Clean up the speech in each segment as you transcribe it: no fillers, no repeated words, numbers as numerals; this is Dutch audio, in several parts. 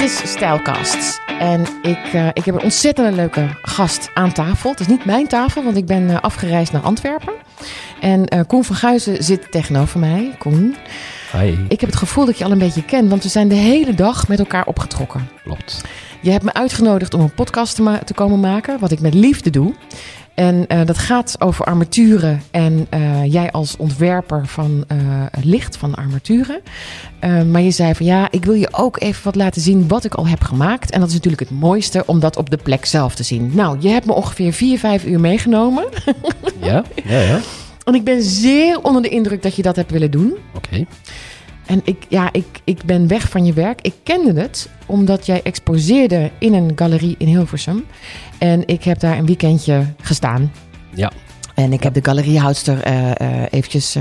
Dit is Stijlkast. En ik heb een ontzettend leuke gast aan tafel. Het is niet mijn tafel, want ik ben afgereisd naar Antwerpen. En Koen van Guizen zit tegenover mij. Koen. Hi. Ik heb het gevoel dat je al een beetje kent, want we zijn de hele dag met elkaar opgetrokken. Klopt. Je hebt me uitgenodigd om een podcast te komen maken, wat ik met liefde doe. En dat gaat over armaturen en jij als ontwerper van licht van armaturen. Maar je zei van ja, ik wil je ook even wat laten zien wat ik al heb gemaakt. En dat is natuurlijk het mooiste om dat op de plek zelf te zien. Nou, je hebt me ongeveer 4-5 uur meegenomen. Ja. En ik ben zeer onder de indruk dat je dat hebt willen doen. Oké. En ik ben weg van je werk. Ik kende het omdat jij exposeerde in een galerie in Hilversum. En ik heb daar een weekendje gestaan. Ja. En ik heb de galeriehoudster eventjes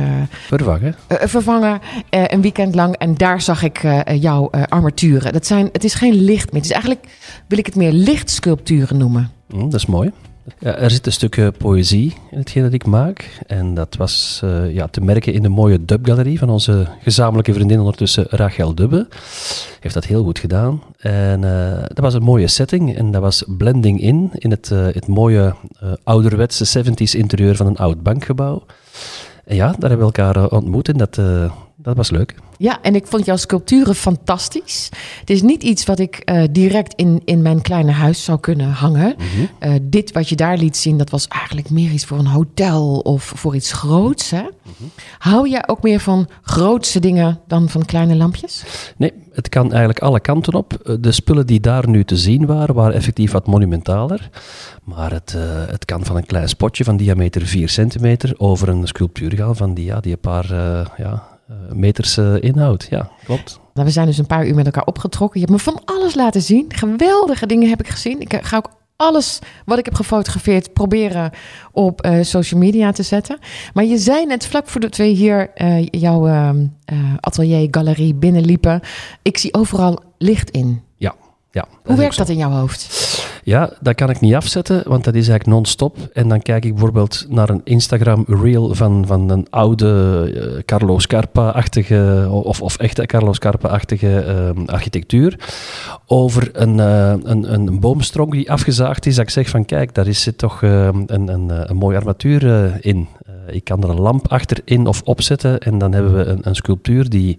vervangen een weekend lang. En daar zag ik jouw armaturen. Het is geen licht meer. Het is eigenlijk, wil ik het meer lichtsculpturen noemen. Dat is mooi. Ja, er zit een stuk poëzie in hetgeen dat ik maak. En dat was te merken in de mooie Dub-galerie van onze gezamenlijke vriendin ondertussen, Rachel Dubbe. Heeft dat heel goed gedaan. En dat was een mooie setting. En dat was blending in het mooie ouderwetse 70s interieur van een oud bankgebouw. En ja, daar hebben we elkaar ontmoet en dat was leuk. Ja, en ik vond jouw sculpturen fantastisch. Het is niet iets wat ik direct in mijn kleine huis zou kunnen hangen. Mm-hmm. Dit wat je daar liet zien, dat was eigenlijk meer iets voor een hotel of voor iets groots. Hè? Mm-hmm. Hou jij ook meer van grootse dingen dan van kleine lampjes? Nee, het kan eigenlijk alle kanten op. De spullen die daar nu te zien waren effectief wat monumentaler. Maar het kan van een klein spotje van diameter 4 centimeter over een sculptuur gaan van die een paar meters inhoud. Ja, klopt. Nou, we zijn dus een paar uur met elkaar opgetrokken. Je hebt me van alles laten zien. Geweldige dingen heb ik gezien. Ik ga ook alles wat ik heb gefotografeerd proberen op social media te zetten. Maar je zei net vlak voordat we hier jouw atelier, galerie binnenliepen. Ik zie overal licht in. Ja. Hoe werkt dat in jouw hoofd? Ja, dat kan ik niet afzetten, want dat is eigenlijk non-stop. En dan kijk ik bijvoorbeeld naar een Instagram-reel van een oude Carlo Scarpa-achtige, of echte Carlo Scarpa-achtige architectuur, over een boomstronk die afgezaagd is. Dat ik zeg van, kijk, daar zit toch een mooie armatuur in. Ik kan er een lamp achterin of opzetten en dan hebben we een sculptuur die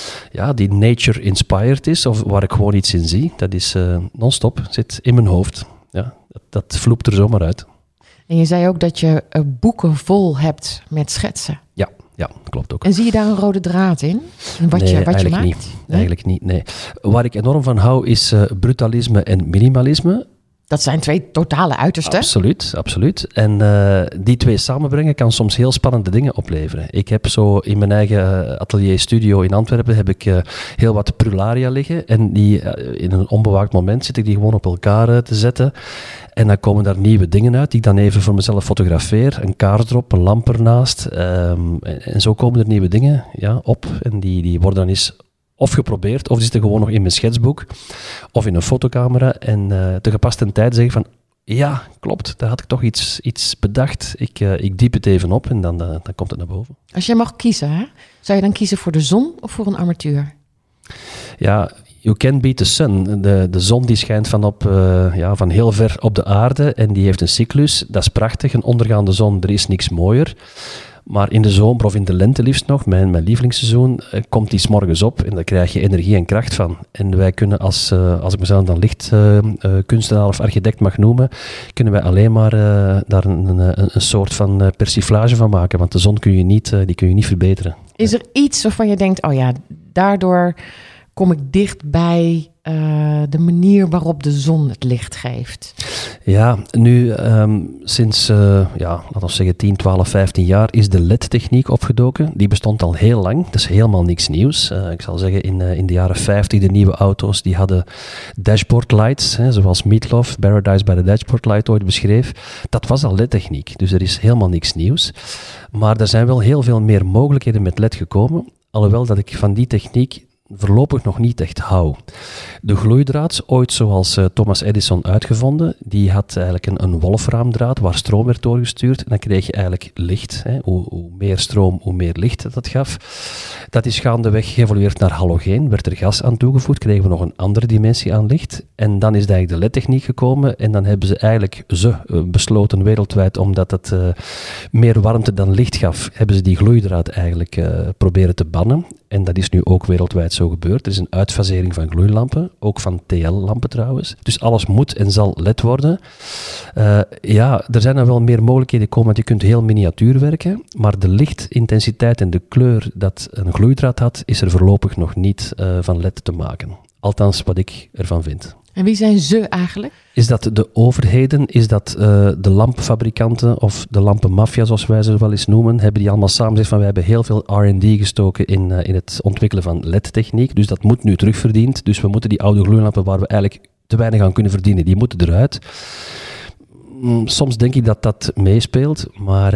nature-inspired is, of waar ik gewoon iets in zie. Dat is non-stop, zit in mijn hoofd. Ja, dat vloept er zomaar uit. En je zei ook dat je boeken vol hebt met schetsen. Ja, klopt ook. En zie je daar een rode draad in? Wat je maakt? Nee? Eigenlijk niet, nee. Waar ik enorm van hou is brutalisme en minimalisme. Dat zijn twee totale uitersten. Absoluut. En die twee samenbrengen kan soms heel spannende dingen opleveren. Ik heb zo in mijn eigen atelier-studio in Antwerpen heb ik heel wat prularia liggen. En die in een onbewaakt moment zit ik die gewoon op elkaar te zetten. En dan komen daar nieuwe dingen uit die ik dan even voor mezelf fotografeer. Een kaart erop, een lamp ernaast. En zo komen er nieuwe dingen op. En die worden dan eens of geprobeerd, of die zitten gewoon nog in mijn schetsboek, of in een fotocamera. En te gepaste tijd zeggen van, ja, klopt, daar had ik toch iets bedacht. Ik diep het even op en dan komt het naar boven. Als jij mag kiezen, hè? Zou je dan kiezen voor de zon of voor een armatuur? Ja, you can beat the sun. De zon die schijnt van heel ver op de aarde en die heeft een cyclus. Dat is prachtig, een ondergaande zon, er is niks mooier. Maar in de zomer of in de lente liefst nog, mijn lievelingsseizoen, komt die 's morgens op en daar krijg je energie en kracht van. En wij kunnen, als ik mezelf dan lichtkunstenaar of architect mag noemen, kunnen wij alleen maar daar een soort van persiflage van maken. Want de zon kun je niet verbeteren. Is er iets waarvan je denkt, oh ja, daardoor kom ik dicht bij de manier waarop de zon het licht geeft? Ja, nu sinds, laten we zeggen 10, 12, 15 jaar is de LED-techniek opgedoken. Die bestond al heel lang, dat is helemaal niks nieuws. Ik zal zeggen, in de jaren 50, de nieuwe auto's, die hadden dashboard lights, zoals Meatloaf, Paradise by the Dashboard Light ooit beschreef. Dat was al LED-techniek, dus er is helemaal niks nieuws. Maar er zijn wel heel veel meer mogelijkheden met LED gekomen, alhoewel dat ik van die techniek voorlopig nog niet echt hou. De gloeidraad, ooit zoals Thomas Edison uitgevonden, die had eigenlijk een wolfraamdraad waar stroom werd doorgestuurd. En dan kreeg je eigenlijk licht. Hè. Hoe meer stroom, hoe meer licht dat gaf. Dat is gaandeweg geëvolueerd naar halogeen, werd er gas aan toegevoegd, kregen we nog een andere dimensie aan licht. En dan is eigenlijk de LED-techniek gekomen en dan hebben ze eigenlijk besloten wereldwijd, omdat het meer warmte dan licht gaf, hebben ze die gloeidraad eigenlijk proberen te bannen. En dat is nu ook wereldwijd zo gebeurd. Er is een uitfasering van gloeilampen, ook van TL-lampen trouwens. Dus alles moet en zal LED worden. Er zijn dan wel meer mogelijkheden komen, want je kunt heel miniatuur werken, maar de lichtintensiteit en de kleur dat een gloeidraad had, is er voorlopig nog niet van LED te maken. Althans, wat ik ervan vind. En wie zijn ze eigenlijk? Is dat de overheden, is dat de lampenfabrikanten of de lampenmafia, zoals wij ze wel eens noemen, hebben die allemaal samen gezegd van wij hebben heel veel R&D gestoken in het ontwikkelen van LED-techniek, dus dat moet nu terugverdiend. Dus we moeten die oude gloeilampen waar we eigenlijk te weinig aan kunnen verdienen, die moeten eruit. Soms denk ik dat dat meespeelt, maar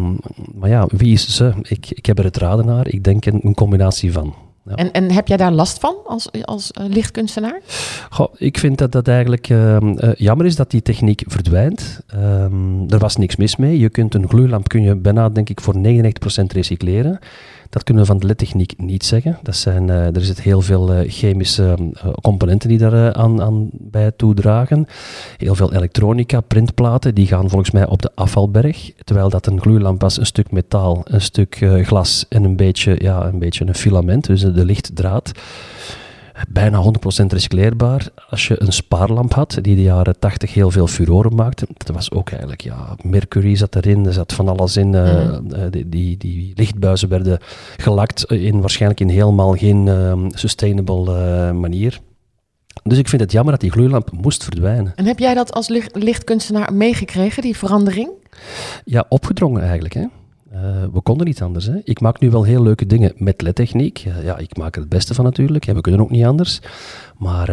ja, wie is ze? Ik heb er het raden naar. Ik denk een combinatie van. Ja. En heb jij daar last van als lichtkunstenaar? Goh, ik vind dat eigenlijk jammer is dat die techniek verdwijnt. Er was niks mis mee. Je kunt een gloeilamp bijna, denk ik, voor 99% recycleren. Dat kunnen we van de LED-techniek niet zeggen. Er zitten heel veel chemische componenten die daar aan bij toedragen. Heel veel elektronica, printplaten, die gaan volgens mij op de afvalberg. Terwijl dat een gloeilamp was een stuk metaal, een stuk glas en een beetje een filament, dus de lichtdraad. Bijna 100% recycleerbaar. Als je een spaarlamp had, die de jaren 80 heel veel furoren maakte, dat was ook eigenlijk, mercury zat erin, er zat van alles in. Die lichtbuizen werden gelakt waarschijnlijk in helemaal geen sustainable manier. Dus ik vind het jammer dat die gloeilamp moest verdwijnen. En heb jij dat als lichtkunstenaar meegekregen, die verandering? Ja, opgedrongen eigenlijk, hè. We konden niet anders. Hè. Ik maak nu wel heel leuke dingen met LED-techniek. Ik maak er het beste van natuurlijk. We kunnen ook niet anders. Maar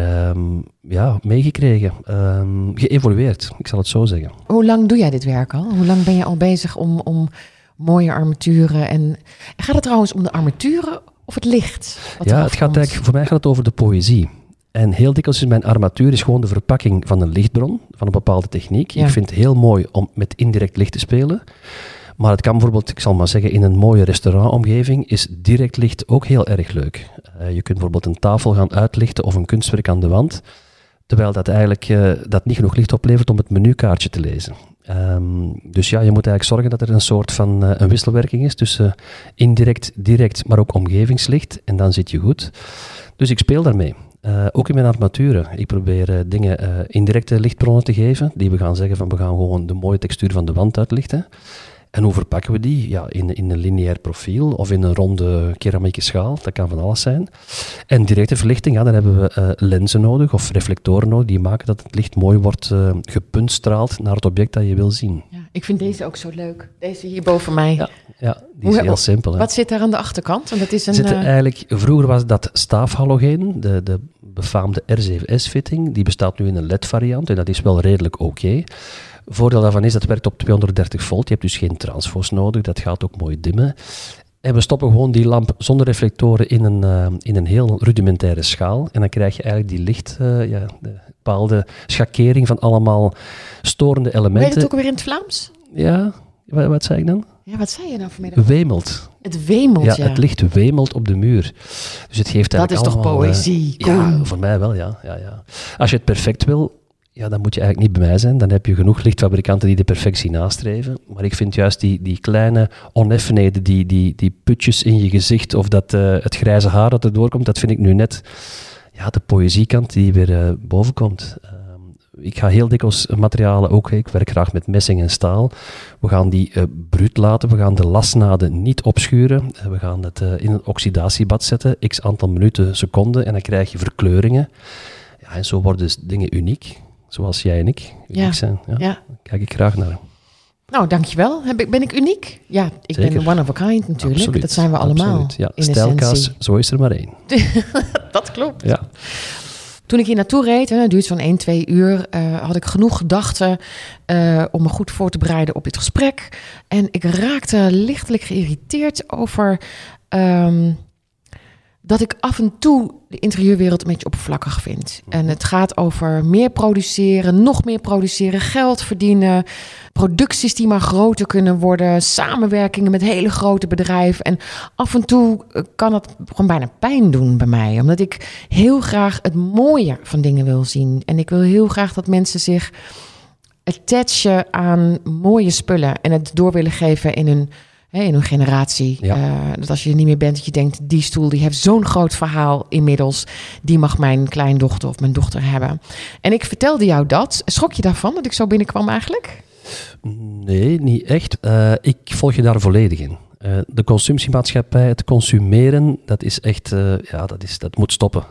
meegekregen. Geëvolueerd, ik zal het zo zeggen. Hoe lang doe jij dit werk al? Hoe lang ben je al bezig om mooie armaturen? En gaat het trouwens om de armaturen of het licht? Voor mij gaat het over de poëzie. En heel dikwijls is mijn armatuur gewoon de verpakking van een lichtbron, van een bepaalde techniek. Ja. Ik vind het heel mooi om met indirect licht te spelen. Maar het kan bijvoorbeeld, ik zal maar zeggen, in een mooie restaurantomgeving is direct licht ook heel erg leuk. Je kunt bijvoorbeeld een tafel gaan uitlichten of een kunstwerk aan de wand, terwijl dat eigenlijk dat niet genoeg licht oplevert om het menukaartje te lezen. Dus je moet eigenlijk zorgen dat er een soort van een wisselwerking is tussen indirect, direct, maar ook omgevingslicht. En dan zit je goed. Dus ik speel daarmee. Ook in mijn armaturen. Ik probeer dingen indirecte lichtbronnen te geven, die we gaan zeggen van we gaan gewoon de mooie textuur van de wand uitlichten. En hoe verpakken we die? Ja, in een lineair profiel of in een ronde keramieke schaal. Dat kan van alles zijn. En directe verlichting, dan hebben we lenzen nodig of reflectoren nodig die maken dat het licht mooi wordt gepuntstraald naar het object dat je wil zien. Ja, ik vind deze ook zo leuk. Deze hier boven mij. Ja, die is heel simpel. Hè? Wat zit daar aan de achterkant? Want dat is vroeger was dat staafhalogeen, de befaamde R7S-fitting. Die bestaat nu in een LED-variant en dat is wel redelijk oké. Voordeel daarvan is dat het werkt op 230 volt. Je hebt dus geen transfos nodig. Dat gaat ook mooi dimmen. En we stoppen gewoon die lamp zonder reflectoren in een heel rudimentaire schaal. En dan krijg je eigenlijk die licht, de bepaalde schakering van allemaal storende elementen. Weet je het ook weer in het Vlaams? Ja, wat zei ik dan? Ja, wat zei je nou vanmiddag? Wemelt. Het wemelt, ja. Het licht wemelt op de muur. Dus het geeft dat is allemaal, toch poëzie? Ja, voor mij wel, ja. Als je het perfect wil, dan moet je eigenlijk niet bij mij zijn. Dan heb je genoeg lichtfabrikanten die de perfectie nastreven. Maar ik vind juist die kleine oneffenheden, die putjes in je gezicht of het grijze haar dat er doorkomt, dat vind ik nu net de poëziekant die weer boven komt. Ik ga heel dikwijls materialen ook, ik werk graag met messing en staal. We gaan die bruut laten, we gaan de lasnaden niet opschuren. We gaan het in een oxidatiebad zetten, x aantal minuten, seconden, en dan krijg je verkleuringen. Ja, en zo worden dus dingen uniek, zoals jij en ik uniek zijn. Ja. Daar kijk ik graag naar. Nou, dankjewel. Ben ik uniek? Ja, ik Zeker. Ben one of a kind natuurlijk. Absoluut. Dat zijn we allemaal. Absoluut. Ja, in stijlkaas, zo is er maar één. Dat klopt. Ja. Toen ik hier naartoe reed, het duurt zo'n 1-2 uur, had ik genoeg gedachten om me goed voor te bereiden op dit gesprek. En ik raakte lichtelijk geïrriteerd over dat ik af en toe de interieurwereld een beetje oppervlakkig vind. En het gaat over meer produceren, nog meer produceren, geld verdienen, producties die maar groter kunnen worden, samenwerkingen met hele grote bedrijven. En af en toe kan het gewoon bijna pijn doen bij mij, omdat ik heel graag het mooie van dingen wil zien. En ik wil heel graag dat mensen zich attachen aan mooie spullen en het door willen geven in hun generatie. Ja. Dat als je er niet meer bent, dat je denkt, die stoel die heeft zo'n groot verhaal inmiddels. Die mag mijn kleindochter of mijn dochter hebben. En ik vertelde jou dat. Schrok je daarvan dat ik zo binnenkwam eigenlijk? Nee, niet echt. Ik volg je daar volledig in. De consumptiemaatschappij, het consumeren, dat is echt, dat moet stoppen.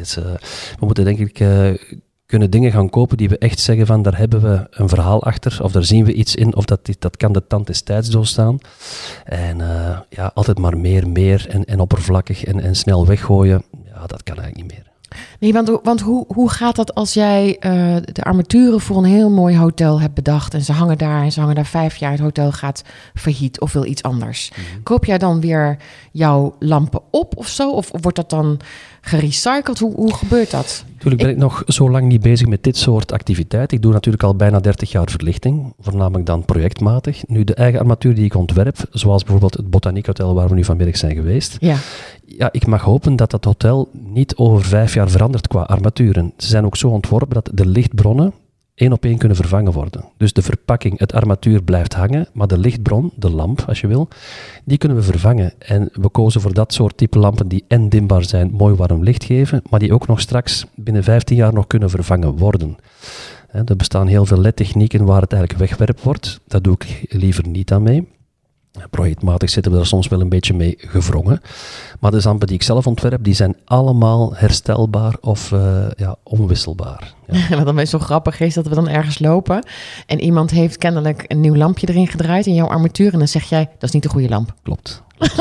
We moeten denk ik kunnen dingen gaan kopen die we echt zeggen van daar hebben we een verhaal achter of daar zien we iets in of dat kan de tand des tijds doorstaan. En altijd maar meer en oppervlakkig en snel weggooien, ja, dat kan eigenlijk niet meer. Nee, want hoe gaat dat als jij de armaturen voor een heel mooi hotel hebt bedacht en ze hangen daar 5 jaar, het hotel gaat failliet of wil iets anders. Mm-hmm. Koop jij dan weer jouw lampen op of zo? Of wordt dat dan gerecycled? Hoe gebeurt dat? Natuurlijk ben ik nog zo lang niet bezig met dit soort activiteit. Ik doe natuurlijk al bijna 30 jaar verlichting, voornamelijk dan projectmatig. Nu, de eigen armatuur die ik ontwerp, zoals bijvoorbeeld het Botaniek Hotel waar we nu vanmiddag zijn geweest. Ja, ik mag hopen dat dat hotel niet over 5 jaar verandert qua armaturen. Ze zijn ook zo ontworpen dat de lichtbronnen 1 op 1 kunnen vervangen worden. Dus de verpakking, het armatuur blijft hangen, maar de lichtbron, de lamp als je wil, die kunnen we vervangen. En we kozen voor dat soort type lampen die en dimbaar zijn, mooi warm licht geven, maar die ook nog straks binnen 15 jaar nog kunnen vervangen worden. Er bestaan heel veel LED-technieken waar het eigenlijk wegwerp wordt. Daar doe ik liever niet aan mee. Projectmatig zitten we er soms wel een beetje mee gevrongen. Maar de lampen die ik zelf ontwerp, die zijn allemaal herstelbaar of onwisselbaar. Ja. Wat dan best zo grappig is, dat we dan ergens lopen en iemand heeft kennelijk een nieuw lampje erin gedraaid in jouw armatuur en dan zeg jij, dat is niet de goede lamp. Klopt.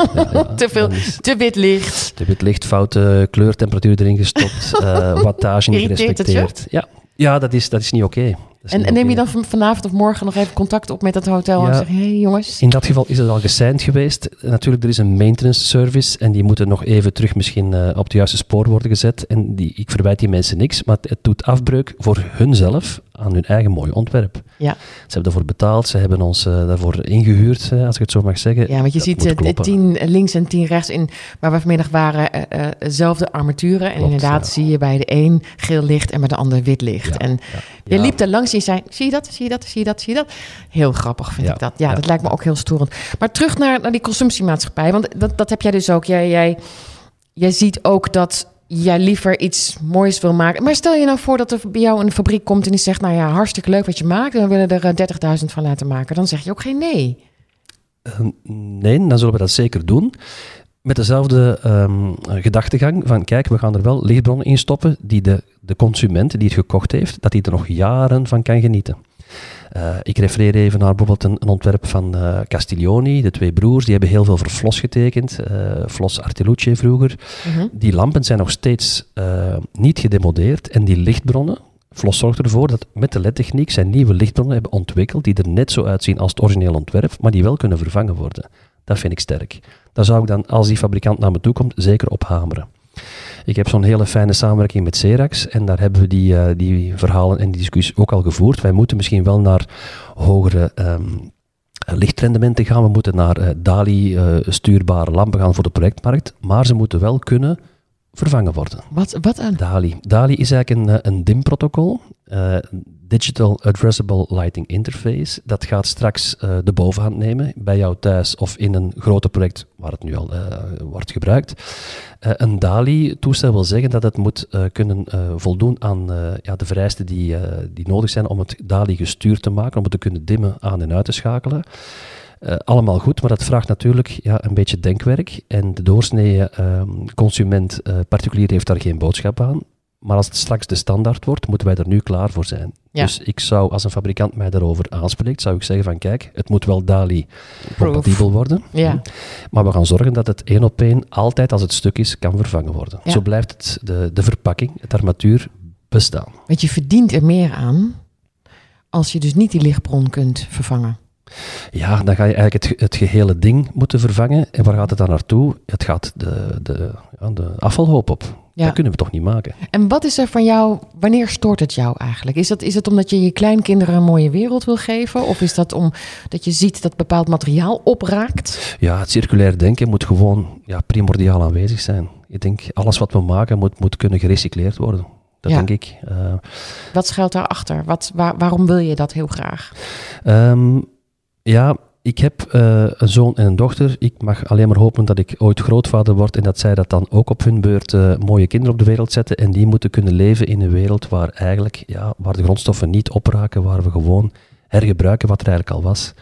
Te wit licht. Te wit licht, foute kleurtemperatuur erin gestopt, wattage niet gerespecteerd. Ja, dat is niet oké. En neem je dan vanavond of morgen nog even contact op met dat hotel en zeg je, hey jongens. In dat geval is het al gesigned geweest. Natuurlijk, er is een maintenance service en die moeten nog even terug misschien op het juiste spoor worden gezet. En ik verwijt die mensen niks, maar het doet afbreuk voor hunzelf aan hun eigen mooi ontwerp. Ja. Ze hebben daarvoor betaald, ze hebben ons daarvoor ingehuurd, als ik het zo mag zeggen. Ja, want je ziet 10 links en 10 rechts in, waar we vanmiddag waren, dezelfde armaturen. En inderdaad zie je bij de een geel licht en bij de ander wit licht. En je liep er langs en je zei, zie je dat? Heel grappig vind ik dat. Ja, dat lijkt me ook heel storend. Maar terug naar die consumptiemaatschappij, want dat heb jij dus ook. Jij ziet ook dat jij liever iets moois wil maken. Maar stel je nou voor dat er bij jou een fabriek komt en die zegt, nou ja, hartstikke leuk wat je maakt, en we willen er 30.000 van laten maken. Dan zeg je ook geen nee. Nee, dan zullen we dat zeker doen. Met dezelfde gedachtegang van, kijk, we gaan er wel lichtbronnen in stoppen die de consument die het gekocht heeft, dat hij er nog jaren van kan genieten. Ik refereer even naar bijvoorbeeld een ontwerp van Castiglioni, de 2 broers, die hebben heel veel voor Flos getekend, Flos Artelucci vroeger. Mm-hmm. Die lampen zijn nog steeds niet gedemodeerd en die lichtbronnen, Flos zorgt ervoor dat met de LED-techniek zijn nieuwe lichtbronnen hebben ontwikkeld die er net zo uitzien als het origineel ontwerp, maar die wel kunnen vervangen worden. Dat vind ik sterk. Daar zou ik dan, als die fabrikant naar me toe komt, zeker op hameren. Ik heb zo'n hele fijne samenwerking met Xerax en daar hebben we die verhalen en die discussies ook al gevoerd. Wij moeten misschien wel naar hogere lichtrendementen gaan. We moeten naar DALI-stuurbare lampen gaan voor de projectmarkt, maar ze moeten wel kunnen vervangen worden. Wat aan? DALI. DALI is eigenlijk een DIM-protocol. Digital Addressable Lighting Interface. Dat gaat straks de bovenhand nemen bij jou thuis of in een groter project waar het nu al wordt gebruikt. Een DALI-toestel wil zeggen dat het moet kunnen voldoen aan de vereisten die nodig zijn om het DALI-gestuurd te maken, om het te kunnen dimmen, aan en uit te schakelen. Allemaal goed, maar dat vraagt natuurlijk een beetje denkwerk. En de doorsnee consument, particulier, heeft daar geen boodschap aan. Maar als het straks de standaard wordt, moeten wij er nu klaar voor zijn. Ja. Dus ik zou, als een fabrikant mij daarover aanspreekt, zou ik zeggen van kijk, het moet wel DALI-compatibel worden. Ja. Maar we gaan zorgen dat het 1 op 1 altijd als het stuk is, kan vervangen worden. Ja. Zo blijft het, de verpakking, het armatuur, bestaan. Want je verdient er meer aan als je dus niet die lichtbron kunt vervangen. Ja, dan ga je eigenlijk het gehele ding moeten vervangen. En waar gaat het dan naartoe? Het gaat de afvalhoop op. Ja. Dat kunnen we toch niet maken. En wat is er van jou, wanneer stoort het jou eigenlijk? Is het omdat je je kleinkinderen een mooie wereld wil geven? Of is dat omdat je ziet dat bepaald materiaal opraakt? Ja, het circulair denken moet gewoon primordiaal aanwezig zijn. Ik denk, alles wat we maken moet kunnen gerecycleerd worden. Dat denk ik. Wat schuilt daarachter? Waarom wil je dat heel graag? Ik heb een zoon en een dochter. Ik mag alleen maar hopen dat ik ooit grootvader word en dat zij dat dan ook op hun beurt mooie kinderen op de wereld zetten. En die moeten kunnen leven in een wereld waar eigenlijk, waar de grondstoffen niet opraken, waar we gewoon hergebruiken wat er eigenlijk al was.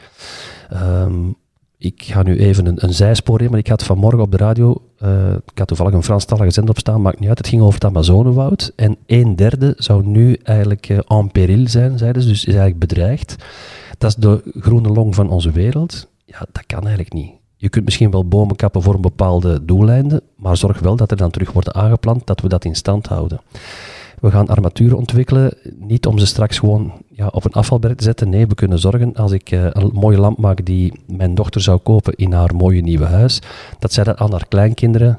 Ik ga nu even een zijspoor in, maar ik had vanmorgen op de radio, ik had toevallig een Franstalige zender op staan, maakt niet uit, het ging over het Amazonewoud. En 1/3 zou nu eigenlijk en péril zijn, zeiden ze, dus is eigenlijk bedreigd. Dat is de groene long van onze wereld. Ja, dat kan eigenlijk niet. Je kunt misschien wel bomen kappen voor een bepaalde doeleinden, maar zorg wel dat er dan terug worden aangeplant, dat we dat in stand houden. We gaan armaturen ontwikkelen, niet om ze straks gewoon op een afvalberg te zetten. Nee, we kunnen zorgen, als ik een mooie lamp maak die mijn dochter zou kopen in haar mooie nieuwe huis, dat zij dat aan haar kleinkinderen,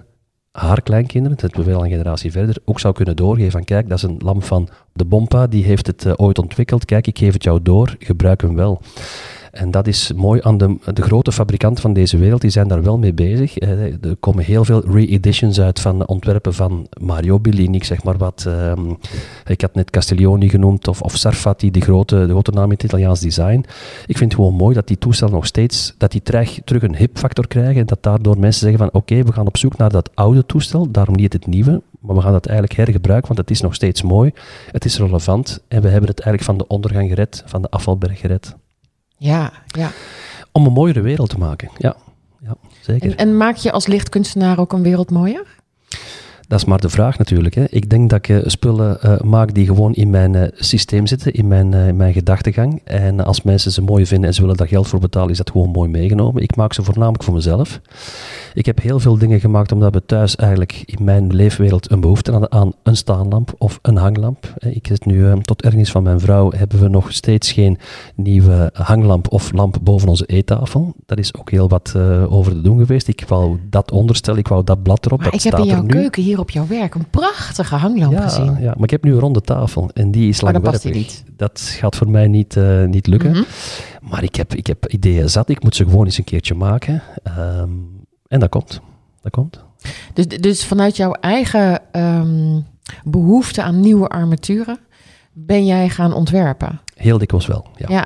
dat hebben we wel een generatie verder, ook zou kunnen doorgeven. Van kijk, dat is een lamp van de Bompa, die heeft het ooit ontwikkeld. Kijk, ik geef het jou door, gebruik hem wel. En dat is mooi aan de grote fabrikanten van deze wereld, die zijn daar wel mee bezig. Er komen heel veel re-editions uit van ontwerpen van Mario Bellini, ik zeg maar wat. Ik had net Castiglioni genoemd, of Sarfati, de grote naam in het Italiaans design. Ik vind het gewoon mooi dat die toestellen nog steeds, dat die terug een hip-factor krijgen en dat daardoor mensen zeggen van oké, we gaan op zoek naar dat oude toestel, daarom niet het nieuwe, maar we gaan dat eigenlijk hergebruiken, want het is nog steeds mooi, het is relevant en we hebben het eigenlijk van de ondergang gered, van de afvalberg gered. Ja. Om een mooiere wereld te maken, ja zeker. En maak je als lichtkunstenaar ook een wereld mooier? Dat is maar de vraag natuurlijk. Hè. Ik denk dat ik spullen maak die gewoon in mijn systeem zitten, in mijn gedachtegang. En als mensen ze mooi vinden en ze willen daar geld voor betalen, is dat gewoon mooi meegenomen. Ik maak ze voornamelijk voor mezelf. Ik heb heel veel dingen gemaakt omdat we thuis eigenlijk in mijn leefwereld een behoefte hadden aan een staanlamp of een hanglamp. Ik zit nu, tot ergernis van mijn vrouw, hebben we nog steeds geen nieuwe hanglamp of lamp boven onze eettafel. Dat is ook heel wat over te doen geweest. Ik wou dat onderstellen, ik wou dat blad erop. Maar dat ik heb in jouw nu. keuken hier op jouw werk een prachtige hanglamp gezien. Ja, maar ik heb nu een ronde tafel en die is langwerpig. Dan past die niet. Dat gaat voor mij niet lukken. Mm-hmm. Maar ik heb ideeën zat, ik moet ze gewoon eens een keertje maken. En dat komt. Dus vanuit jouw eigen behoefte aan nieuwe armaturen ben jij gaan ontwerpen? Heel dikwijls wel, ja.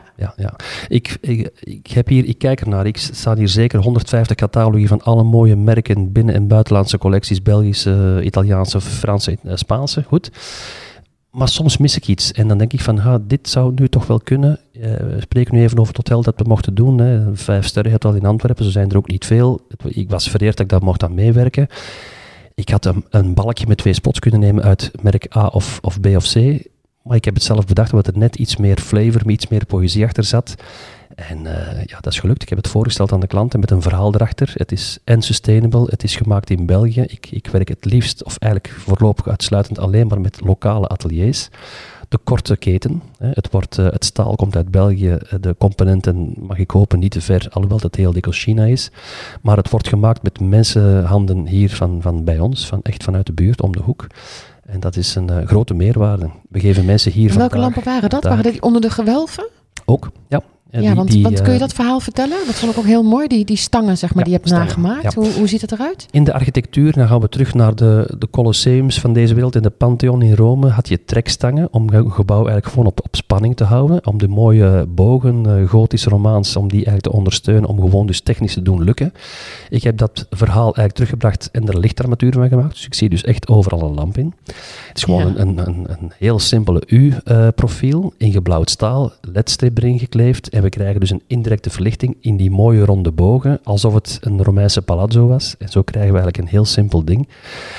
Ik kijk ernaar, ik staan hier zeker 150 catalogi van alle mooie merken, binnen- en buitenlandse collecties, Belgische, Italiaanse, Franse, Spaanse, goed. Maar soms mis ik iets en dan denk ik van, dit zou nu toch wel kunnen. We spreken nu even over het hotel dat we mochten doen. Hè. 5 sterren hebt al in Antwerpen, zo zijn er ook niet veel. Ik was vereerd dat ik daar mocht aan meewerken. Ik had een balkje met 2 spots kunnen nemen uit merk A of B of C. Maar ik heb het zelf bedacht, omdat er net iets meer flavor, iets meer poëzie achter zat. En dat is gelukt. Ik heb het voorgesteld aan de klanten met een verhaal erachter. Het is sustainable, het is gemaakt in België. Ik werk het liefst, of eigenlijk voorlopig uitsluitend alleen maar met lokale ateliers. De korte keten. Het staal komt uit België. De componenten, mag ik hopen, niet te ver, alhoewel dat heel dikwijls China is. Maar het wordt gemaakt met mensenhanden hier van bij ons, echt vanuit de buurt, om de hoek. En dat is een grote meerwaarde. We geven mensen hier vandaag... Welke lampen waren dat? Waren die onder de gewelven? Ook, ja. Want kun je dat verhaal vertellen? Dat vond ik ook heel mooi, die stangen, zeg maar, die je hebt nagemaakt. Ja. Hoe ziet het eruit? In de architectuur, dan gaan we terug naar de Colosseums van deze wereld. In de Pantheon in Rome had je trekstangen om een gebouw eigenlijk gewoon op spanning te houden. Om de mooie bogen, gotische romaans, om die eigenlijk te ondersteunen, om gewoon dus technisch te doen lukken. Ik heb dat verhaal eigenlijk teruggebracht en er lichtarmatuur van gemaakt. Dus ik zie dus echt overal een lamp in. Het is gewoon een heel simpele U-profiel, in geblauwd staal, ledstrip erin gekleefd. En we krijgen dus een indirecte verlichting in die mooie ronde bogen, alsof het een Romeinse palazzo was. En zo krijgen we eigenlijk een heel simpel ding.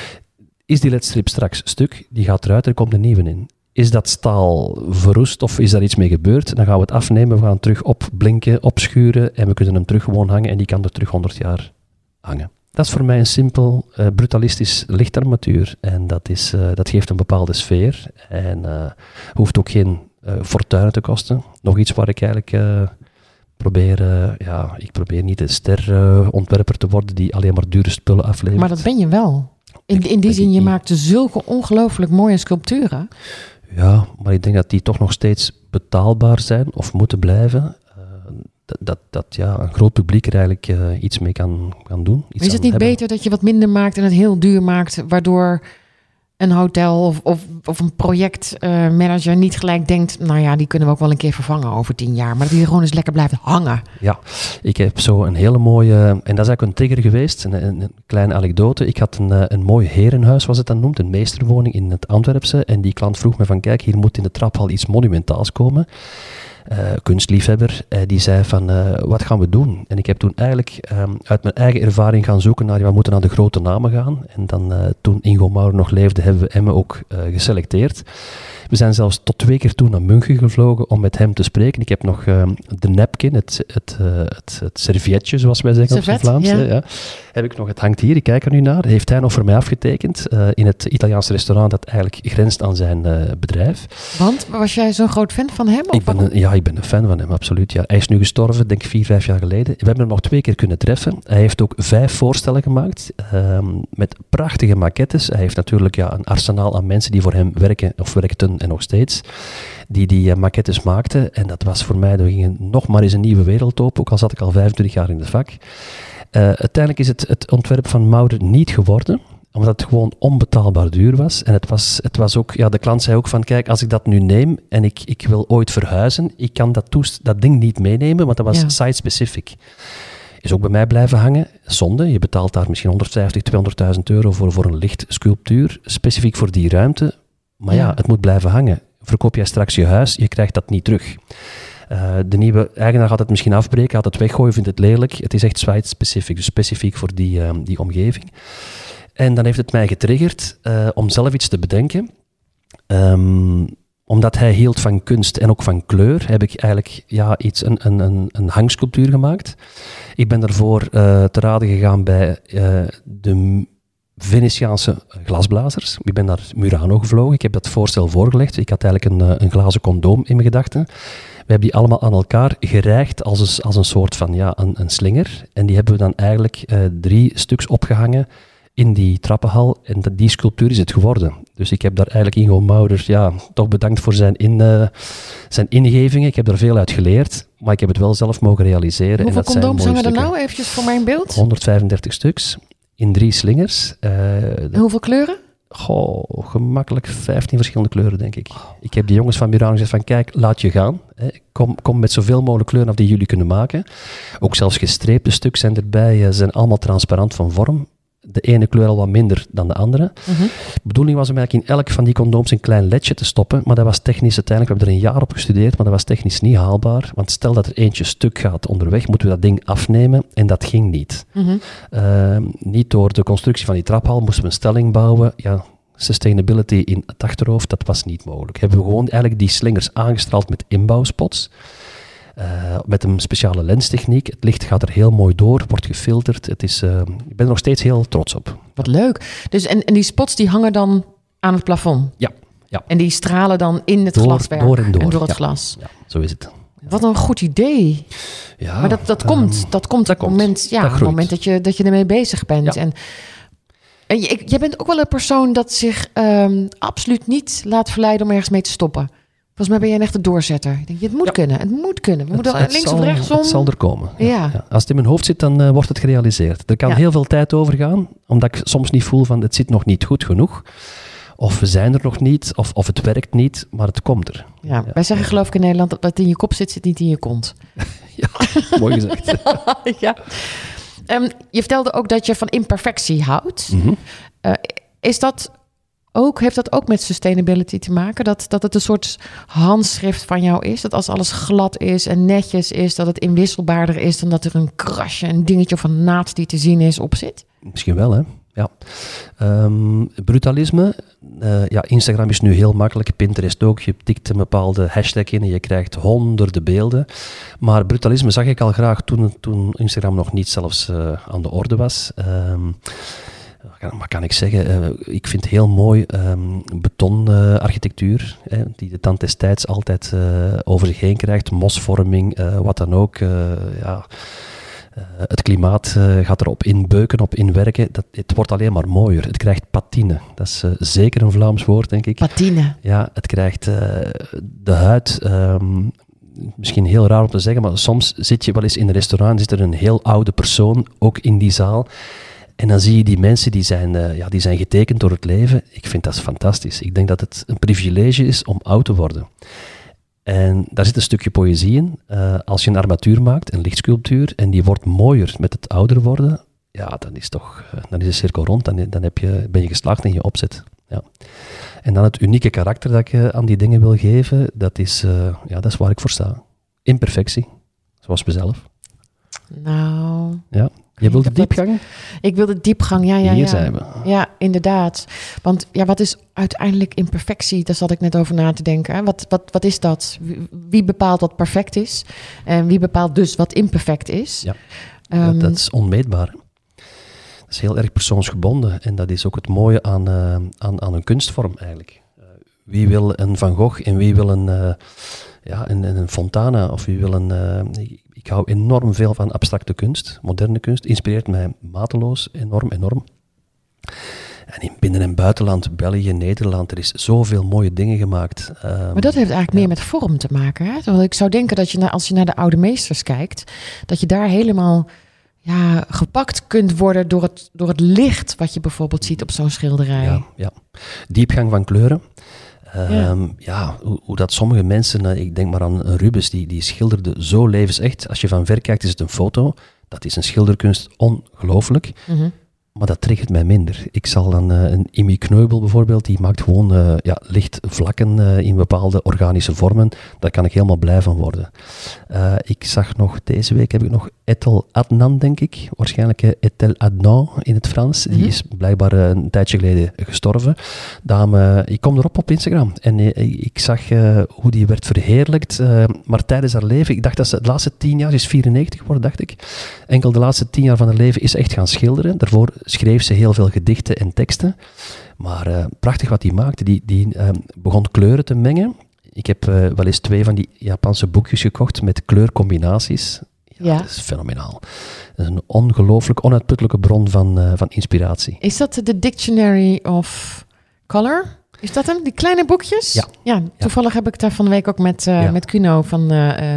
Is die ledstrip straks stuk, die gaat eruit, er komt een nieuwe in. Is dat staal verroest of is daar iets mee gebeurd? Dan gaan we het afnemen, we gaan het terug opblinken, opschuren en we kunnen hem terug gewoon hangen en die kan er terug 100 jaar hangen. Dat is voor mij een simpel, brutalistisch lichtarmatuur en dat geeft een bepaalde sfeer en hoeft ook geen fortuinen te kosten. Nog iets waar ik eigenlijk ik probeer niet een sterontwerper te worden die alleen maar dure spullen aflevert. Maar dat ben je wel. In die zin, je maakt zulke ongelooflijk mooie sculpturen. Ja, maar ik denk dat die toch nog steeds betaalbaar zijn of moeten blijven. Dat een groot publiek er eigenlijk iets mee kan doen. Is het niet beter dat je wat minder maakt en het heel duur maakt, waardoor een hotel of een projectmanager niet gelijk denkt, nou ja, die kunnen we ook wel een keer vervangen over 10 jaar, maar dat die er gewoon eens lekker blijft hangen? Ja, ik heb zo een hele mooie, en dat is eigenlijk een trigger geweest, een kleine anekdote. Ik had een mooi herenhuis, was het dan noemt, een meesterwoning in het Antwerpse, en die klant vroeg me van, kijk, hier moet in de traphal iets monumentaals komen. Kunstliefhebber, die zei van, wat gaan we doen? En ik heb toen eigenlijk uit mijn eigen ervaring gaan zoeken naar, we moeten naar de grote namen gaan. En dan, toen Ingo Maurer nog leefde, hebben we Emme ook geselecteerd. We zijn zelfs tot 2 keer toe naar München gevlogen om met hem te spreken. Ik heb nog de napkin, het servietje, zoals wij zeggen op het Vlaams. Ja. Heb ik nog, het hangt hier, ik kijk er nu naar. Heeft hij nog voor mij afgetekend in het Italiaanse restaurant dat eigenlijk grenst aan zijn bedrijf. Want, was jij zo'n groot fan van hem? Ik ben een fan van hem, absoluut. Ja. Hij is nu gestorven, denk ik 4-5 jaar geleden. We hebben hem nog 2 keer kunnen treffen. Hij heeft ook 5 voorstellen gemaakt met prachtige maquettes. Hij heeft natuurlijk een arsenaal aan mensen die voor hem werken of werkten en nog steeds, die maquettes maakten. En dat was voor mij, er ging nog maar eens een nieuwe wereld open, ook al zat ik al 25 jaar in het vak. Uiteindelijk is het ontwerp van Maurer niet geworden, omdat het gewoon onbetaalbaar duur was. En het was ook, de klant zei ook van, kijk, als ik dat nu neem en ik wil ooit verhuizen, ik kan dat ding niet meenemen, want dat was site-specific. Is ook bij mij blijven hangen. Zonde, je betaalt daar misschien 150.000, 200.000 euro voor een lichtsculptuur, specifiek voor die ruimte. Maar het moet blijven hangen. Verkoop jij straks je huis, je krijgt dat niet terug. De nieuwe eigenaar gaat het misschien afbreken, gaat het weggooien, vindt het lelijk. Het is echt site-specific, dus specifiek voor die omgeving. En dan heeft het mij getriggerd om zelf iets te bedenken. Omdat hij hield van kunst en ook van kleur, heb ik eigenlijk een hangsculptuur gemaakt. Ik ben daarvoor te raden gegaan bij de Venetiaanse glasblazers. Ik ben naar Murano gevlogen. Ik heb dat voorstel voorgelegd. Ik had eigenlijk een glazen condoom in mijn gedachten. We hebben die allemaal aan elkaar gerijgd als een soort van een slinger. En die hebben we dan eigenlijk 3 stuks opgehangen in die trappenhal. En die sculptuur is het geworden. Dus ik heb daar eigenlijk Ingo Maurer toch bedankt voor zijn ingevingen. Ik heb er veel uit geleerd, maar ik heb het wel zelf mogen realiseren. Hoeveel condooms hangen er nou eventjes voor mijn beeld? 135 stuks. In 3 slingers. En hoeveel kleuren? Gemakkelijk 15 verschillende kleuren, denk ik. Ik heb die jongens van Murano gezegd van, kijk, laat je gaan. Kom met zoveel mogelijk kleuren af die jullie kunnen maken. Ook zelfs gestreepte stuks zijn erbij. Ze zijn allemaal transparant van vorm. De ene kleur al wat minder dan de andere. Mm-hmm. De bedoeling was om eigenlijk in elk van die condooms een klein ledje te stoppen, maar dat was technisch uiteindelijk, we hebben er een jaar op gestudeerd, maar dat was technisch niet haalbaar, want stel dat er eentje stuk gaat onderweg, moeten we dat ding afnemen en dat ging niet. Mm-hmm. Niet door de constructie van die traphal, moesten we een stelling bouwen, sustainability in het achterhoofd, dat was niet mogelijk. Hebben we gewoon eigenlijk die slingers aangestraald met inbouwspots. Met een speciale lenstechniek. Het licht gaat er heel mooi door, wordt gefilterd. Ik ben er nog steeds heel trots op. Wat leuk. Dus, en die spots die hangen dan aan het plafond? Ja. En die stralen dan in het glaswerk? Door en door het glas? Ja, zo is het. Wat een goed idee. Ja, maar dat komt op het moment dat je ermee bezig bent. Ja. En jij bent ook wel een persoon dat zich absoluut niet laat verleiden om ergens mee te stoppen. Volgens mij ben jij een echte doorzetter. Ik denk, het moet kunnen. We moeten links of rechtsom. Het zal er komen. Ja. Als het in mijn hoofd zit, dan wordt het gerealiseerd. Er kan heel veel tijd over gaan, omdat ik soms niet voel van het zit nog niet goed genoeg. Of we zijn er nog niet, of het werkt niet, maar het komt er. Ja, wij zeggen geloof ik in Nederland, dat wat in je kop zit, zit niet in je kont. Ja, mooi gezegd. Ja. Je vertelde ook dat je van imperfectie houdt. Mm-hmm. Heeft dat ook met sustainability te maken? Dat het een soort handschrift van jou is? Dat als alles glad is en netjes is, dat het inwisselbaarder is dan dat er een krasje, een dingetje of een naad die te zien is op zit? Misschien wel, hè? Ja. Brutalisme. Instagram is nu heel makkelijk. Pinterest ook. Je tikt een bepaalde hashtag in en je krijgt honderden beelden. Maar brutalisme zag ik al graag toen Instagram nog niet zelfs aan de orde was. wat kan ik zeggen? Ik vind heel mooi betonarchitectuur, die de tand des tijds altijd over zich heen krijgt. Mosvorming, wat dan ook. Het klimaat gaat erop inbeuken, op inwerken. Het wordt alleen maar mooier. Het krijgt patine. Dat is zeker een Vlaams woord, denk ik. Patine. Ja, het krijgt de huid... misschien heel raar om te zeggen, maar soms zit je wel eens in een restaurant, zit er een heel oude persoon, ook in die zaal. En dan zie je die mensen, die zijn getekend door het leven. Ik vind dat fantastisch. Ik denk dat het een privilege is om oud te worden. En daar zit een stukje poëzie in. Als je een armatuur maakt, een lichtsculptuur, en die wordt mooier met het ouder worden, ja, dan is de cirkel rond. Dan ben je geslaagd in je opzet. Ja. En dan het unieke karakter dat ik aan die dingen wil geven, dat is waar ik voor sta. Imperfectie, zoals mezelf. Nou... Ja. Je wilt de diepgang? Ik wil de diepgang, ja. Hier zijn we. Ja, inderdaad. Want ja, wat is uiteindelijk imperfectie? Daar zat ik net over na te denken. Hè? Wat is dat? Wie bepaalt wat perfect is? En wie bepaalt dus wat imperfect is? Ja, dat is onmeetbaar. Dat is heel erg persoonsgebonden. En dat is ook het mooie aan een kunstvorm eigenlijk. Wie wil een Van Gogh en wie wil een Fontana? Of wie wil ik hou enorm veel van abstracte kunst, moderne kunst. Inspireert mij mateloos, enorm. En in binnen- en buitenland, België, Nederland, er is zoveel mooie dingen gemaakt. Maar dat heeft eigenlijk meer met vorm te maken. Hè? Want ik zou denken dat als je naar de oude meesters kijkt, dat je daar helemaal gepakt kunt worden door het licht wat je bijvoorbeeld ziet op zo'n schilderij. Ja. Diepgang van kleuren. Hoe dat sommige mensen, ik denk maar aan Rubens, die schilderde zo levensecht. Als je van ver kijkt is het een foto. Dat is een schilderkunst ongelooflijk. Mm-hmm. Maar dat triggert mij minder. Ik zal dan een Imi Kneubel bijvoorbeeld, die maakt gewoon licht vlakken in bepaalde organische vormen. Daar kan ik helemaal blij van worden. Ik zag deze week heb ik nog Etel Adnan, denk ik. Waarschijnlijk Etel Adnan in het Frans. Die is blijkbaar een tijdje geleden gestorven. Dame, ik kom erop op Instagram. En ik zag hoe die werd verheerlijkt. Maar tijdens haar leven, ik dacht dat ze de laatste 10 jaar, is 94 geworden, dacht ik. Enkel de laatste 10 jaar van haar leven is echt gaan schilderen. Daarvoor schreef ze heel veel gedichten en teksten. Maar prachtig wat die maakte. Die begon kleuren te mengen. Ik heb wel eens 2 van die Japanse boekjes gekocht met kleurcombinaties. Ja. Dat is fenomenaal. Dat is een ongelooflijk, onuitputtelijke bron van inspiratie. Is dat de Dictionary of Color? Is dat hem? Die kleine boekjes? Ja, toevallig heb ik daar van de week ook met Kuno van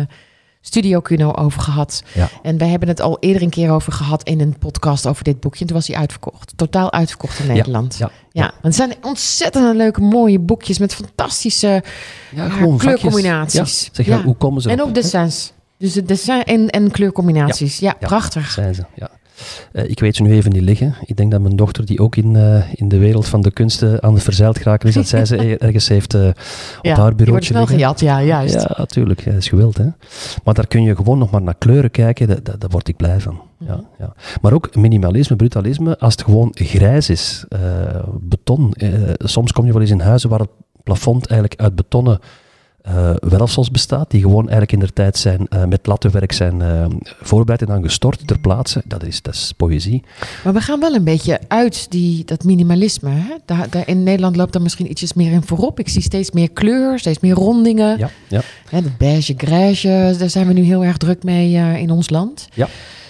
Studio Kuno over gehad. Ja. En wij hebben het al eerder een keer over gehad in een podcast over dit boekje. En toen was hij uitverkocht. Totaal uitverkocht in Nederland. Ja. Het zijn ontzettend leuke, mooie boekjes met fantastische kleurcombinaties. Ja. Hoe komen ze en ook dessins. Dus het dessin en kleurcombinaties. Ja, prachtig. Zijn ze, ja. Ik weet ze nu even niet liggen. Ik denk dat mijn dochter, die ook in de wereld van de kunsten aan het verzeild geraken is, dat zij ze ergens heeft op haar bureautje liggen. Die wordt snel gejat, ja, juist. Ja, natuurlijk. Dat is gewild, hè. Maar daar kun je gewoon nog maar naar kleuren kijken. Daar word ik blij van. Ja. Maar ook minimalisme, brutalisme, als het gewoon grijs is. Beton. Soms kom je wel eens in huizen waar het plafond eigenlijk uit betonnen werfsels bestaat, die gewoon eigenlijk in der tijd zijn met lattenwerk zijn voorbereid en dan gestort ter plaatse. Dat is poëzie. Maar we gaan wel een beetje uit dat minimalisme. Hè? Daar in Nederland loopt er misschien ietsjes meer in voorop. Ik zie steeds meer kleur, steeds meer rondingen. Ja. Hè, de beige, grijze, daar zijn we nu heel erg druk mee in ons land. Ja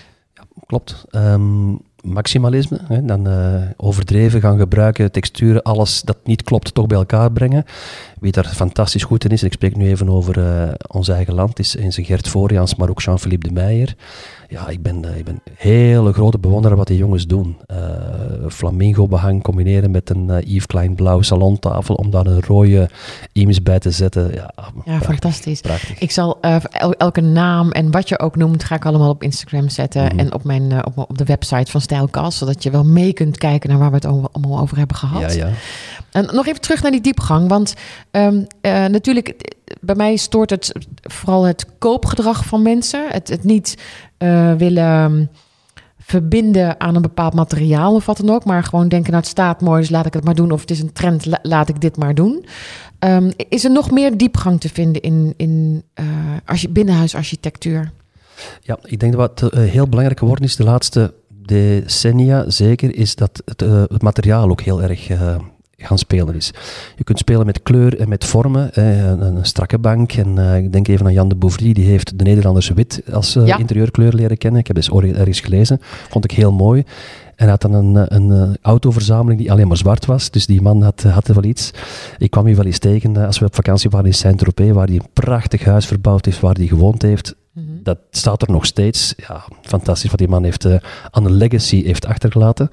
klopt. Maximalisme, hè, dan overdreven gaan gebruiken, texturen, alles dat niet klopt, toch bij elkaar brengen. Wie daar fantastisch goed in is, en ik spreek nu even over ons eigen land, is Gert Voorjans, maar ook Jean-Philippe de Meijer. Ja, ik ben hele grote bewonderaar wat die jongens doen. Flamingo-behang combineren met een Yves Klein blauw salontafel om daar een rode Eames bij te zetten. Ja, prachtig, fantastisch. Prachtig. Ik zal elke naam en wat je ook noemt, ga ik allemaal op Instagram zetten en op de website van Stijlkast, zodat je wel mee kunt kijken naar waar we het allemaal over hebben gehad. Ja. En nog even terug naar die diepgang, want natuurlijk, bij mij stoort het vooral het koopgedrag van mensen. Het niet willen verbinden aan een bepaald materiaal of wat dan ook, maar gewoon denken, nou het staat mooi, dus laat ik het maar doen. Of het is een trend, laat ik dit maar doen. Is er nog meer diepgang te vinden in binnenhuisarchitectuur? Ja, ik denk dat wat heel belangrijk geworden is de laatste decennia zeker, is dat het materiaal ook heel erg gaan spelen is. Je kunt spelen met kleur en met vormen. Een strakke bank. En ik denk even aan Jan de Bouvry, die heeft de Nederlandse wit als interieurkleur leren kennen. Ik heb eens ergens gelezen. Vond ik heel mooi. En had dan een autoverzameling die alleen maar zwart was. Dus die man had wel iets. Ik kwam hier wel eens tegen als we op vakantie waren in Saint-Tropez, waar hij een prachtig huis verbouwd heeft, waar hij gewoond heeft. Mm-hmm. Dat staat er nog steeds. Ja, fantastisch wat die man heeft aan een legacy heeft achtergelaten.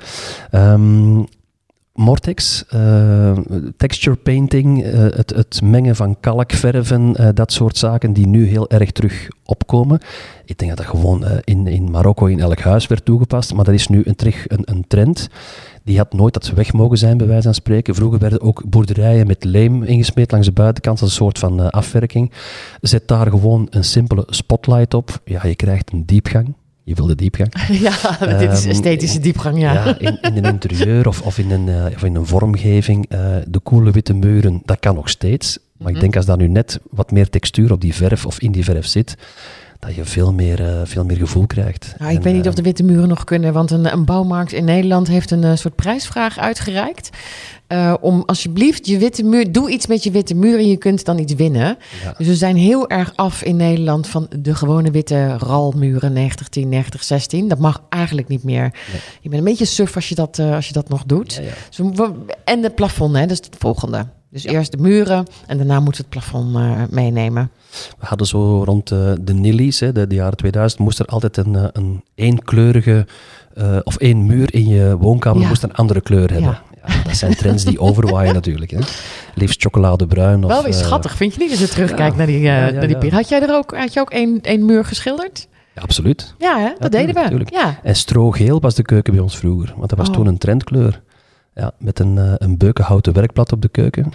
Mortex, texture painting, het mengen van kalkverven, dat soort zaken die nu heel erg terug opkomen. Ik denk dat dat gewoon in Marokko in elk huis werd toegepast, maar dat is nu terug een trend. Die had nooit dat ze weg mogen zijn, bij wijze van spreken. Vroeger werden ook boerderijen met leem ingesmeed langs de buitenkant, als een soort van afwerking. Zet daar gewoon een simpele spotlight op. Ja, je krijgt een diepgang. Je wil de diepgang. Ja, dit is esthetische diepgang, ja. Ja, in een interieur of in een vormgeving. De coole witte muren, dat kan nog steeds. Maar ik denk als daar nu net wat meer textuur op die verf of in die verf zit, dat je veel meer gevoel krijgt. Nou, ik weet niet of de witte muren nog kunnen, want een bouwmarkt in Nederland heeft een soort prijsvraag uitgereikt. Om alsjeblieft je witte muur, doe iets met je witte muur en je kunt dan iets winnen. Ja. Dus we zijn heel erg af in Nederland van de gewone witte RAL-muren 9010, 9016. Dat mag eigenlijk niet meer. Nee. Je bent een beetje suf als je dat nog doet. Ja, ja. Dus en het plafond, hè, dat is het volgende. Dus eerst de muren en daarna moeten we het plafond meenemen. We hadden zo rond de Nillies, de jaren 2000, moest er altijd een eenkleurige of één muur in je woonkamer moest een andere kleur hebben. Ja. Ja, dat zijn trends die overwaaien natuurlijk. Hè. Liefst chocoladebruin. Wel weer schattig, vind je niet? Als je terugkijkt naar die pier. Had je ook één muur geschilderd? Ja, absoluut. Ja, hè? Dat deden we. Ja. En strogeel was de keuken bij ons vroeger, want dat was toen een trendkleur. Ja, met een beukenhouten werkblad op de keuken.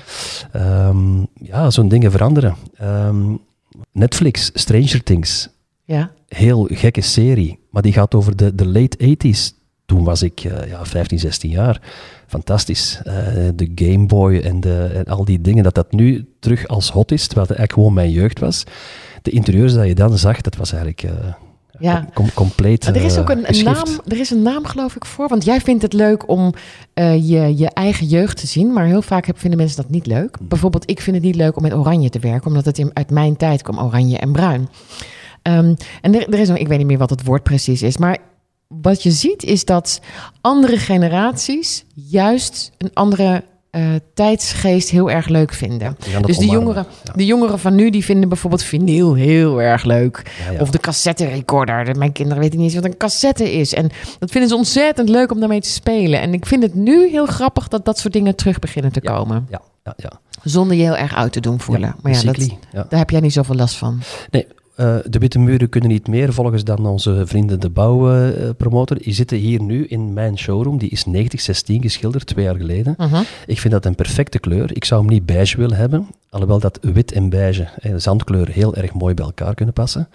Zo'n dingen veranderen. Netflix, Stranger Things. Ja. Heel gekke serie, maar die gaat over de late 80s. Toen was ik 15, 16 jaar. Fantastisch. De Game Boy en al die dingen, dat nu terug als hot is, terwijl het eigenlijk gewoon mijn jeugd was. De interieurs dat je dan zag, dat was eigenlijk compleet er is ook een naam, geloof ik, voor. Want jij vindt het leuk om je eigen jeugd te zien, maar heel vaak vinden mensen dat niet leuk. Bijvoorbeeld, ik vind het niet leuk om met oranje te werken, omdat het uit mijn tijd kwam, oranje en bruin. En er is ik weet niet meer wat het woord precies is, maar wat je ziet is dat andere generaties juist een andere tijdsgeest heel erg leuk vinden. Dus de jongeren van nu, die vinden bijvoorbeeld vinyl heel erg leuk. Ja, ja. Of de cassette-recorder. Mijn kinderen weten niet eens wat een cassette is. En dat vinden ze ontzettend leuk om daarmee te spelen. En ik vind het nu heel grappig dat soort dingen terug beginnen te komen. Ja. Zonder je heel erg uit te doen voelen. Maar daar heb jij niet zoveel last van. Nee. De witte muren kunnen niet meer, volgens dan onze vrienden de bouwpromotor. Die zitten hier nu in mijn showroom. Die is 9016 geschilderd, 2 jaar geleden. Uh-huh. Ik vind dat een perfecte kleur. Ik zou hem niet beige willen hebben. Alhoewel dat wit en beige, zandkleur, heel erg mooi bij elkaar kunnen passen.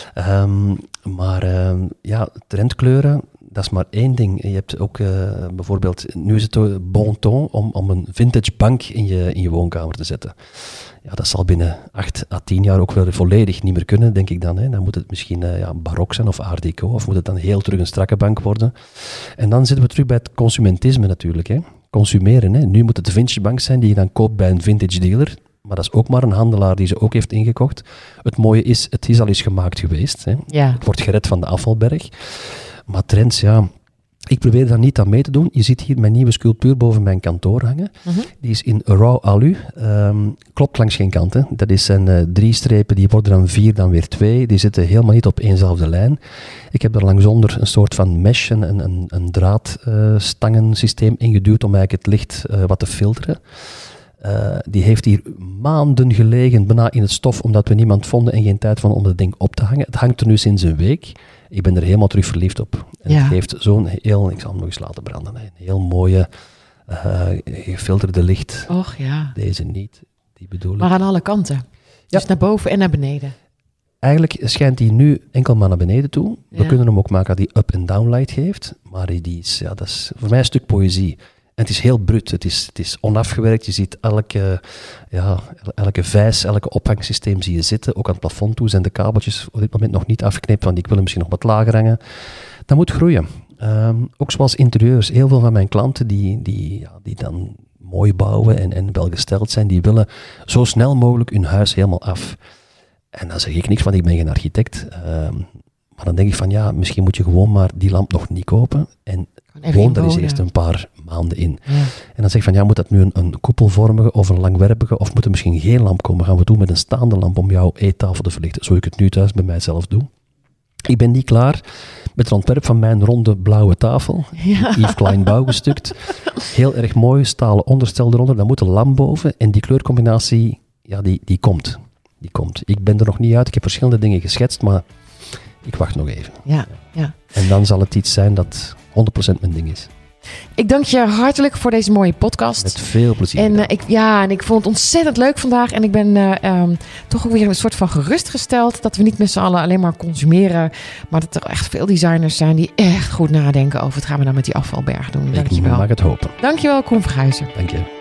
Trendkleuren, dat is maar één ding. Je hebt ook bijvoorbeeld, nu is het bon ton om een vintage bank in je woonkamer te zetten. Ja, dat zal binnen 8 à 10 jaar ook wel volledig niet meer kunnen, denk ik dan. Hè. Dan moet het misschien barok zijn of art deco, of moet het dan heel terug een strakke bank worden. En dan zitten we terug bij het consumentisme natuurlijk. Hè. Consumeren. Hè. Nu moet het de vintage bank zijn die je dan koopt bij een vintage dealer. Maar dat is ook maar een handelaar die ze ook heeft ingekocht. Het mooie is, het is al eens gemaakt geweest. Hè. Ja. Het wordt gered van de afvalberg. Maar trends, ik probeer daar niet aan mee te doen. Je ziet hier mijn nieuwe sculptuur boven mijn kantoor hangen. Uh-huh. Die is in raw alu. Klopt langs geen kant. Hè. Dat zijn 3 strepen, die worden dan 4, dan weer 2. Die zitten helemaal niet op éénzelfde lijn. Ik heb er langsonder een soort van mesh, een draadstangensysteem ingeduwd om eigenlijk het licht wat te filteren. Die heeft hier maanden gelegen, bijna in het stof, omdat we niemand vonden en geen tijd vonden om dat ding op te hangen. Het hangt er nu sinds een week. Ik ben er helemaal terug verliefd op. En het heeft zo'n heel, ik zal hem nog eens laten branden, een heel mooie gefilterde licht. Och ja. Deze niet, die bedoel ik. Maar aan alle kanten. Dus naar boven en naar beneden. Eigenlijk schijnt die nu enkel maar naar beneden toe. We kunnen hem ook maken dat die up- en downlight geeft. Maar die is, dat is voor mij een stuk poëzie. En het is heel bruut, het is onafgewerkt. Je ziet elke vijs, elke ophangsysteem zie je zitten. Ook aan het plafond toe zijn de kabeltjes op dit moment nog niet afgeknipt, want ik wil hem misschien nog wat lager hangen. Dat moet groeien. Ook zoals interieurs. Heel veel van mijn klanten die dan mooi bouwen en welgesteld zijn, die willen zo snel mogelijk hun huis helemaal af. En dan zeg ik niks van, ik ben geen architect. Maar dan denk ik van, misschien moet je gewoon maar die lamp nog niet kopen. En woon er eens eerst een paar maanden in. Ja. En dan zeg ik van, moet dat nu een koepelvormige of een langwerpige, of moet er misschien geen lamp komen? Gaan we doen met een staande lamp om jouw eettafel te verlichten, zoals ik het nu thuis bij mijzelf doe. Ik ben niet klaar met het ontwerp van mijn ronde blauwe tafel. Ja. Yves Klein bouwgestukt. Heel erg mooi, stalen onderstel eronder. Dan moet een lamp boven. En die kleurcombinatie, die komt. Ik ben er nog niet uit. Ik heb verschillende dingen geschetst, maar ik wacht nog even. Ja. En dan zal het iets zijn dat 100% mijn ding is. Ik dank je hartelijk voor deze mooie podcast. Met veel plezier. En ik vond het ontzettend leuk vandaag. En ik ben toch ook weer een soort van gerustgesteld dat we niet met z'n allen alleen maar consumeren. Maar dat er echt veel designers zijn die echt goed nadenken over wat gaan we nou met die afvalberg doen. Dankjewel. Ik mag het hopen. Dankjewel, Koen Verguysen. Dank je.